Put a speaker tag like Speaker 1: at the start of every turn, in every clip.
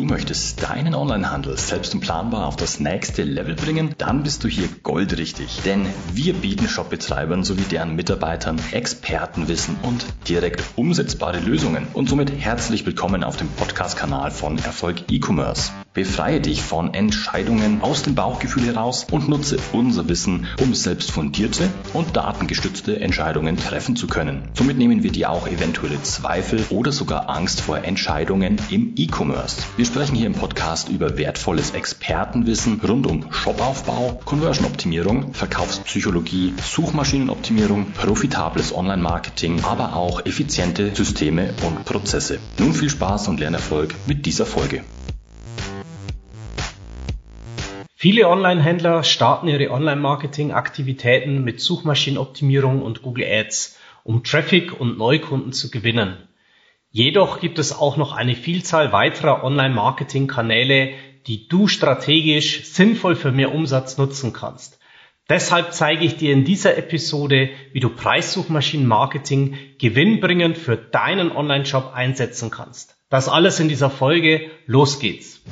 Speaker 1: möchtest deinen Onlinehandel selbst und planbar auf das nächste Level bringen, dann bist du hier goldrichtig. Denn wir bieten Shopbetreibern sowie deren Mitarbeitern Expertenwissen und direkt umsetzbare Lösungen. Und somit herzlich willkommen auf dem Podcast-Kanal von Erfolg E-Commerce. Befreie dich von Entscheidungen aus dem Bauchgefühl heraus und nutze unser Wissen, um selbst fundierte und datengestützte Entscheidungen treffen zu können. Somit nehmen wir dir auch eventuelle Zweifel oder sogar Angst vor Entscheidungen im E-Commerce. Wir sprechen hier im Podcast über wertvolles Expertenwissen rund um Shopaufbau, Conversion-Optimierung, Verkaufspsychologie, Suchmaschinenoptimierung, profitables Online-Marketing, aber auch effiziente Systeme und Prozesse. Nun viel Spaß und Lernerfolg mit dieser Folge.
Speaker 2: Viele Online-Händler starten ihre Online-Marketing-Aktivitäten mit Suchmaschinenoptimierung und Google Ads, um Traffic und Neukunden zu gewinnen. Jedoch gibt es auch noch eine Vielzahl weiterer Online-Marketing-Kanäle, die du strategisch sinnvoll für mehr Umsatz nutzen kannst. Deshalb zeige ich dir in dieser Episode, wie du Preissuchmaschinen-Marketing gewinnbringend für deinen Online-Shop einsetzen kannst. Das alles in dieser Folge. Los geht's!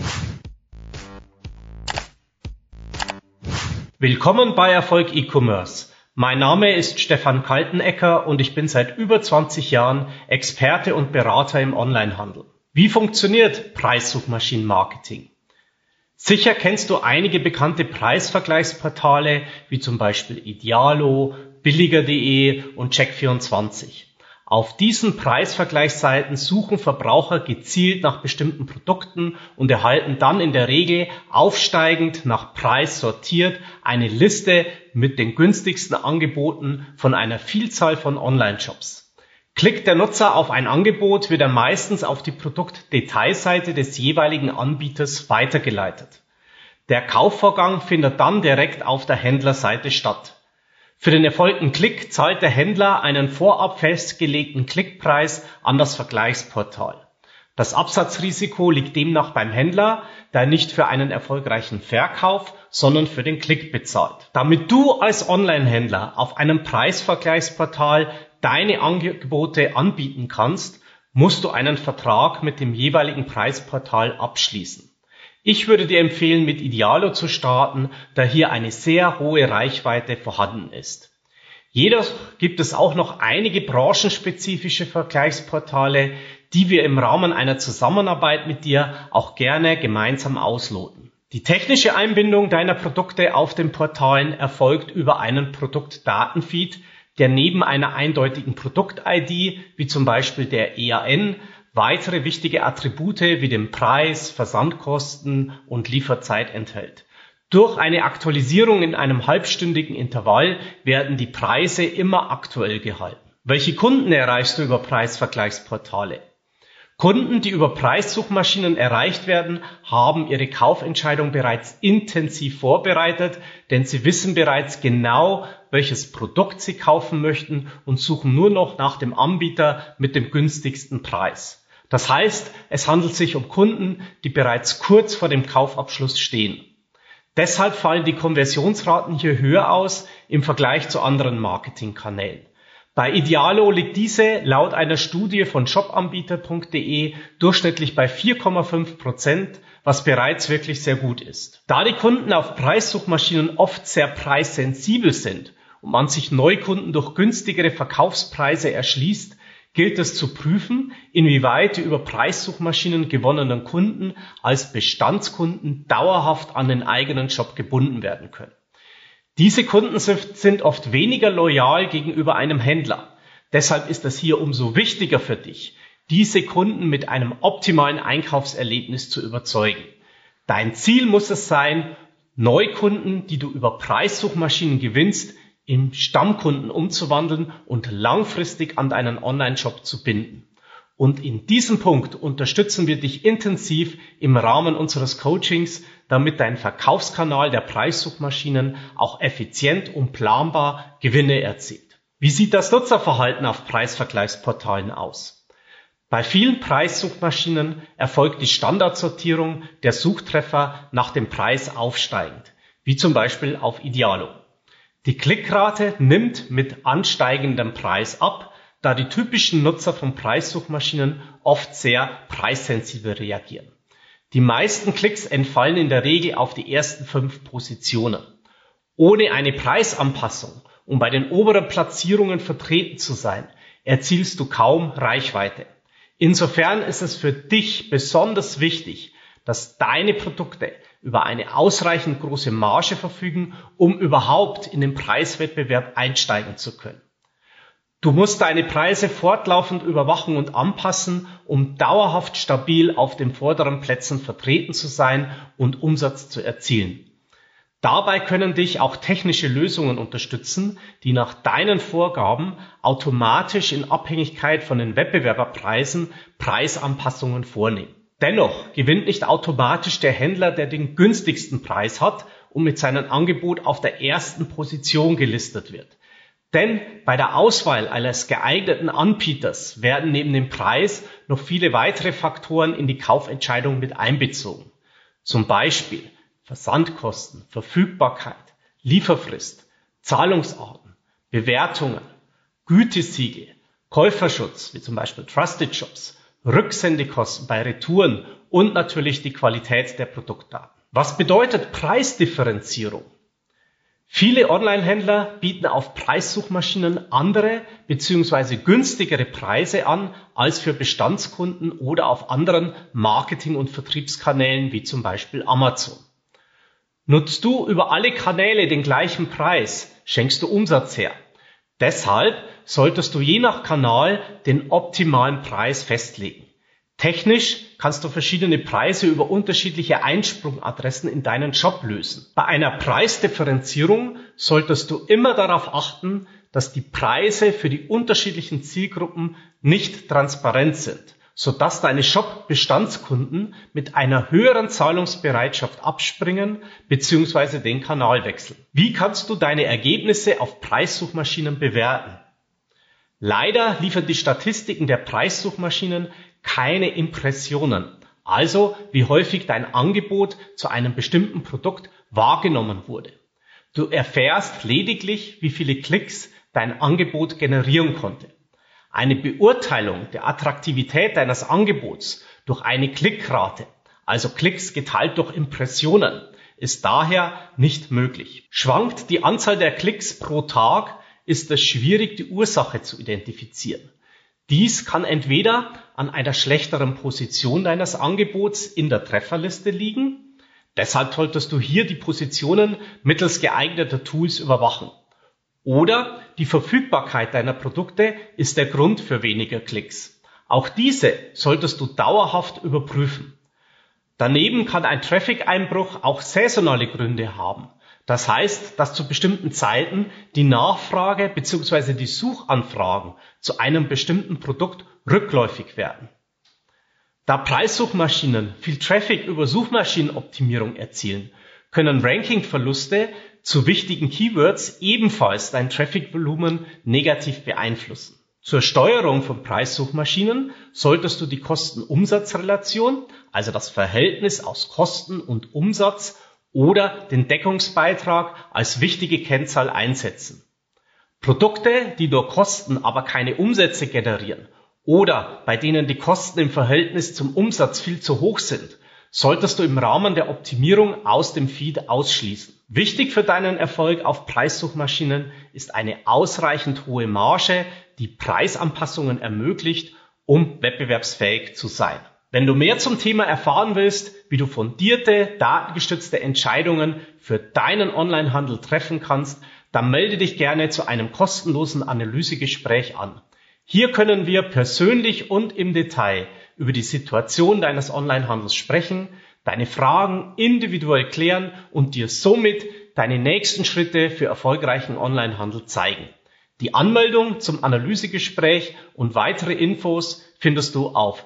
Speaker 2: Willkommen bei Erfolg E-Commerce. Mein Name ist Stefan Kaltenecker und ich bin seit über 20 Jahren Experte und Berater im Onlinehandel. Wie funktioniert Preissuchmaschinenmarketing? Sicher kennst du einige bekannte Preisvergleichsportale wie zum Beispiel Idealo, Billiger.de und Check24. Auf diesen Preisvergleichsseiten suchen Verbraucher gezielt nach bestimmten Produkten und erhalten dann in der Regel aufsteigend nach Preis sortiert eine Liste mit den günstigsten Angeboten von einer Vielzahl von Online-Shops. Klickt der Nutzer auf ein Angebot, wird er meistens auf die Produktdetailseite des jeweiligen Anbieters weitergeleitet. Der Kaufvorgang findet dann direkt auf der Händlerseite statt. Für den erfolgten Klick zahlt der Händler einen vorab festgelegten Klickpreis an das Vergleichsportal. Das Absatzrisiko liegt demnach beim Händler, der nicht für einen erfolgreichen Verkauf, sondern für den Klick bezahlt. Damit du als Online-Händler auf einem Preisvergleichsportal deine Angebote anbieten kannst, musst du einen Vertrag mit dem jeweiligen Preisportal abschließen. Ich würde dir empfehlen, mit Idealo zu starten, da hier eine sehr hohe Reichweite vorhanden ist. Jedoch gibt es auch noch einige branchenspezifische Vergleichsportale, die wir im Rahmen einer Zusammenarbeit mit dir auch gerne gemeinsam ausloten. Die technische Einbindung deiner Produkte auf den Portalen erfolgt über einen Produktdatenfeed, der neben einer eindeutigen Produkt-ID, wie zum Beispiel der EAN, weitere wichtige Attribute wie den Preis, Versandkosten und Lieferzeit enthält. Durch eine Aktualisierung in einem halbstündigen Intervall werden die Preise immer aktuell gehalten. Welche Kunden erreichst du über Preisvergleichsportale? Kunden, die über Preissuchmaschinen erreicht werden, haben ihre Kaufentscheidung bereits intensiv vorbereitet, denn sie wissen bereits genau, welches Produkt sie kaufen möchten und suchen nur noch nach dem Anbieter mit dem günstigsten Preis. Das heißt, es handelt sich um Kunden, die bereits kurz vor dem Kaufabschluss stehen. Deshalb fallen die Konversionsraten hier höher aus im Vergleich zu anderen Marketingkanälen. Bei Idealo liegt diese laut einer Studie von shopanbieter.de durchschnittlich bei 4,5%, was bereits wirklich sehr gut ist. Da die Kunden auf Preissuchmaschinen oft sehr preissensibel sind und man sich Neukunden durch günstigere Verkaufspreise erschließt, gilt es zu prüfen, inwieweit die über Preissuchmaschinen gewonnenen Kunden als Bestandskunden dauerhaft an den eigenen Shop gebunden werden können. Diese Kunden sind oft weniger loyal gegenüber einem Händler. Deshalb ist es hier umso wichtiger für dich, diese Kunden mit einem optimalen Einkaufserlebnis zu überzeugen. Dein Ziel muss es sein, Neukunden, die du über Preissuchmaschinen gewinnst, in Stammkunden umzuwandeln und langfristig an deinen Online-Shop zu binden. Und in diesem Punkt unterstützen wir dich intensiv im Rahmen unseres Coachings, damit dein Verkaufskanal der Preissuchmaschinen auch effizient und planbar Gewinne erzielt. Wie sieht das Nutzerverhalten auf Preisvergleichsportalen aus? Bei vielen Preissuchmaschinen erfolgt die Standardsortierung der Suchtreffer nach dem Preis aufsteigend, wie zum Beispiel auf Idealo. Die Klickrate nimmt mit ansteigendem Preis ab, da die typischen Nutzer von Preissuchmaschinen oft sehr preissensibel reagieren. Die meisten Klicks entfallen in der Regel auf die ersten 5 Positionen. Ohne eine Preisanpassung, um bei den oberen Platzierungen vertreten zu sein, erzielst du kaum Reichweite. Insofern ist es für dich besonders wichtig, dass deine Produkte über eine ausreichend große Marge verfügen, um überhaupt in den Preiswettbewerb einsteigen zu können. Du musst deine Preise fortlaufend überwachen und anpassen, um dauerhaft stabil auf den vorderen Plätzen vertreten zu sein und Umsatz zu erzielen. Dabei können dich auch technische Lösungen unterstützen, die nach deinen Vorgaben automatisch in Abhängigkeit von den Wettbewerberpreisen Preisanpassungen vornehmen. Dennoch gewinnt nicht automatisch der Händler, der den günstigsten Preis hat und mit seinem Angebot auf der ersten Position gelistet wird. Denn bei der Auswahl eines geeigneten Anbieters werden neben dem Preis noch viele weitere Faktoren in die Kaufentscheidung mit einbezogen. Zum Beispiel Versandkosten, Verfügbarkeit, Lieferfrist, Zahlungsarten, Bewertungen, Gütesiegel, Käuferschutz, wie zum Beispiel Trusted Shops, Rücksendekosten bei Retouren und natürlich die Qualität der Produktdaten. Was bedeutet Preisdifferenzierung? Viele Online-Händler bieten auf Preissuchmaschinen andere bzw. günstigere Preise an als für Bestandskunden oder auf anderen Marketing- und Vertriebskanälen wie zum Beispiel Amazon. Nutzt du über alle Kanäle den gleichen Preis, schenkst du Umsatz her. Deshalb solltest du je nach Kanal den optimalen Preis festlegen. Technisch kannst du verschiedene Preise über unterschiedliche Einsprungadressen in deinen Shop lösen. Bei einer Preisdifferenzierung solltest du immer darauf achten, dass die Preise für die unterschiedlichen Zielgruppen nicht transparent sind, sodass deine Shop-Bestandskunden mit einer höheren Zahlungsbereitschaft abspringen bzw. den Kanal wechseln. Wie kannst du deine Ergebnisse auf Preissuchmaschinen bewerten? Leider liefern die Statistiken der Preissuchmaschinen keine Impressionen, also wie häufig dein Angebot zu einem bestimmten Produkt wahrgenommen wurde. Du erfährst lediglich, wie viele Klicks dein Angebot generieren konnte. Eine Beurteilung der Attraktivität deines Angebots durch eine Klickrate, also Klicks geteilt durch Impressionen, ist daher nicht möglich. Schwankt die Anzahl der Klicks pro Tag, ist es schwierig, die Ursache zu identifizieren. Dies kann entweder an einer schlechteren Position deines Angebots in der Trefferliste liegen. Deshalb solltest du hier die Positionen mittels geeigneter Tools überwachen. Oder die Verfügbarkeit deiner Produkte ist der Grund für weniger Klicks. Auch diese solltest du dauerhaft überprüfen. Daneben kann ein Traffic-Einbruch auch saisonale Gründe haben. Das heißt, dass zu bestimmten Zeiten die Nachfrage bzw. die Suchanfragen zu einem bestimmten Produkt rückläufig werden. Da Preissuchmaschinen viel Traffic über Suchmaschinenoptimierung erzielen, können Rankingverluste zu wichtigen Keywords ebenfalls dein Traffic-Volumen negativ beeinflussen. Zur Steuerung von Preissuchmaschinen solltest du die Kosten-Umsatz-Relation, also das Verhältnis aus Kosten und Umsatz, oder den Deckungsbeitrag als wichtige Kennzahl einsetzen. Produkte, die nur Kosten, aber keine Umsätze generieren oder bei denen die Kosten im Verhältnis zum Umsatz viel zu hoch sind, solltest du im Rahmen der Optimierung aus dem Feed ausschließen. Wichtig für deinen Erfolg auf Preissuchmaschinen ist eine ausreichend hohe Marge, die Preisanpassungen ermöglicht, um wettbewerbsfähig zu sein. Wenn du mehr zum Thema erfahren willst, wie du fundierte, datengestützte Entscheidungen für deinen Onlinehandel treffen kannst, dann melde dich gerne zu einem kostenlosen Analysegespräch an. Hier können wir persönlich und im Detail über die Situation deines Onlinehandels sprechen, deine Fragen individuell klären und dir somit deine nächsten Schritte für erfolgreichen Onlinehandel zeigen. Die Anmeldung zum Analysegespräch und weitere Infos findest du auf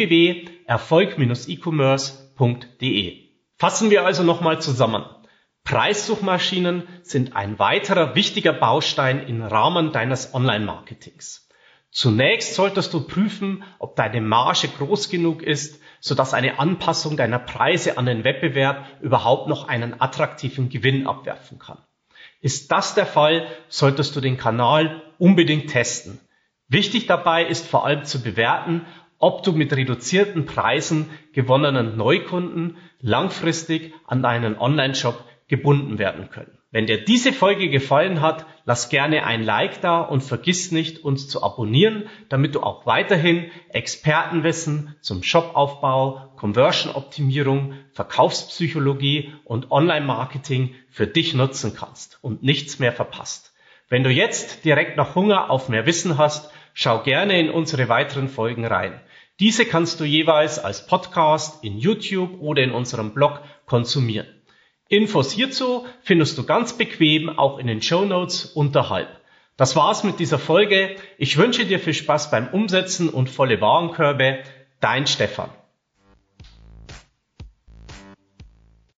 Speaker 2: www.erfolg-e-commerce.de. Fassen wir also nochmal zusammen. Preissuchmaschinen sind ein weiterer wichtiger Baustein im Rahmen deines Online-Marketings. Zunächst solltest du prüfen, ob deine Marge groß genug ist, sodass eine Anpassung deiner Preise an den Wettbewerb überhaupt noch einen attraktiven Gewinn abwerfen kann. Ist das der Fall, solltest du den Kanal unbedingt testen. Wichtig dabei ist vor allem zu bewerten, ob du mit reduzierten Preisen gewonnenen Neukunden langfristig an deinen Online-Shop gebunden werden können. Wenn dir diese Folge gefallen hat, lass gerne ein Like da und vergiss nicht, uns zu abonnieren, damit du auch weiterhin Expertenwissen zum Shopaufbau, Conversion-Optimierung, Verkaufspsychologie und Online-Marketing für dich nutzen kannst und nichts mehr verpasst. Wenn du jetzt direkt noch Hunger auf mehr Wissen hast, schau gerne in unsere weiteren Folgen rein. Diese kannst du jeweils als Podcast in YouTube oder in unserem Blog konsumieren. Infos hierzu findest du ganz bequem auch in den Shownotes unterhalb. Das war's mit dieser Folge. Ich wünsche dir viel Spaß beim Umsetzen und volle Warenkörbe. Dein Stefan.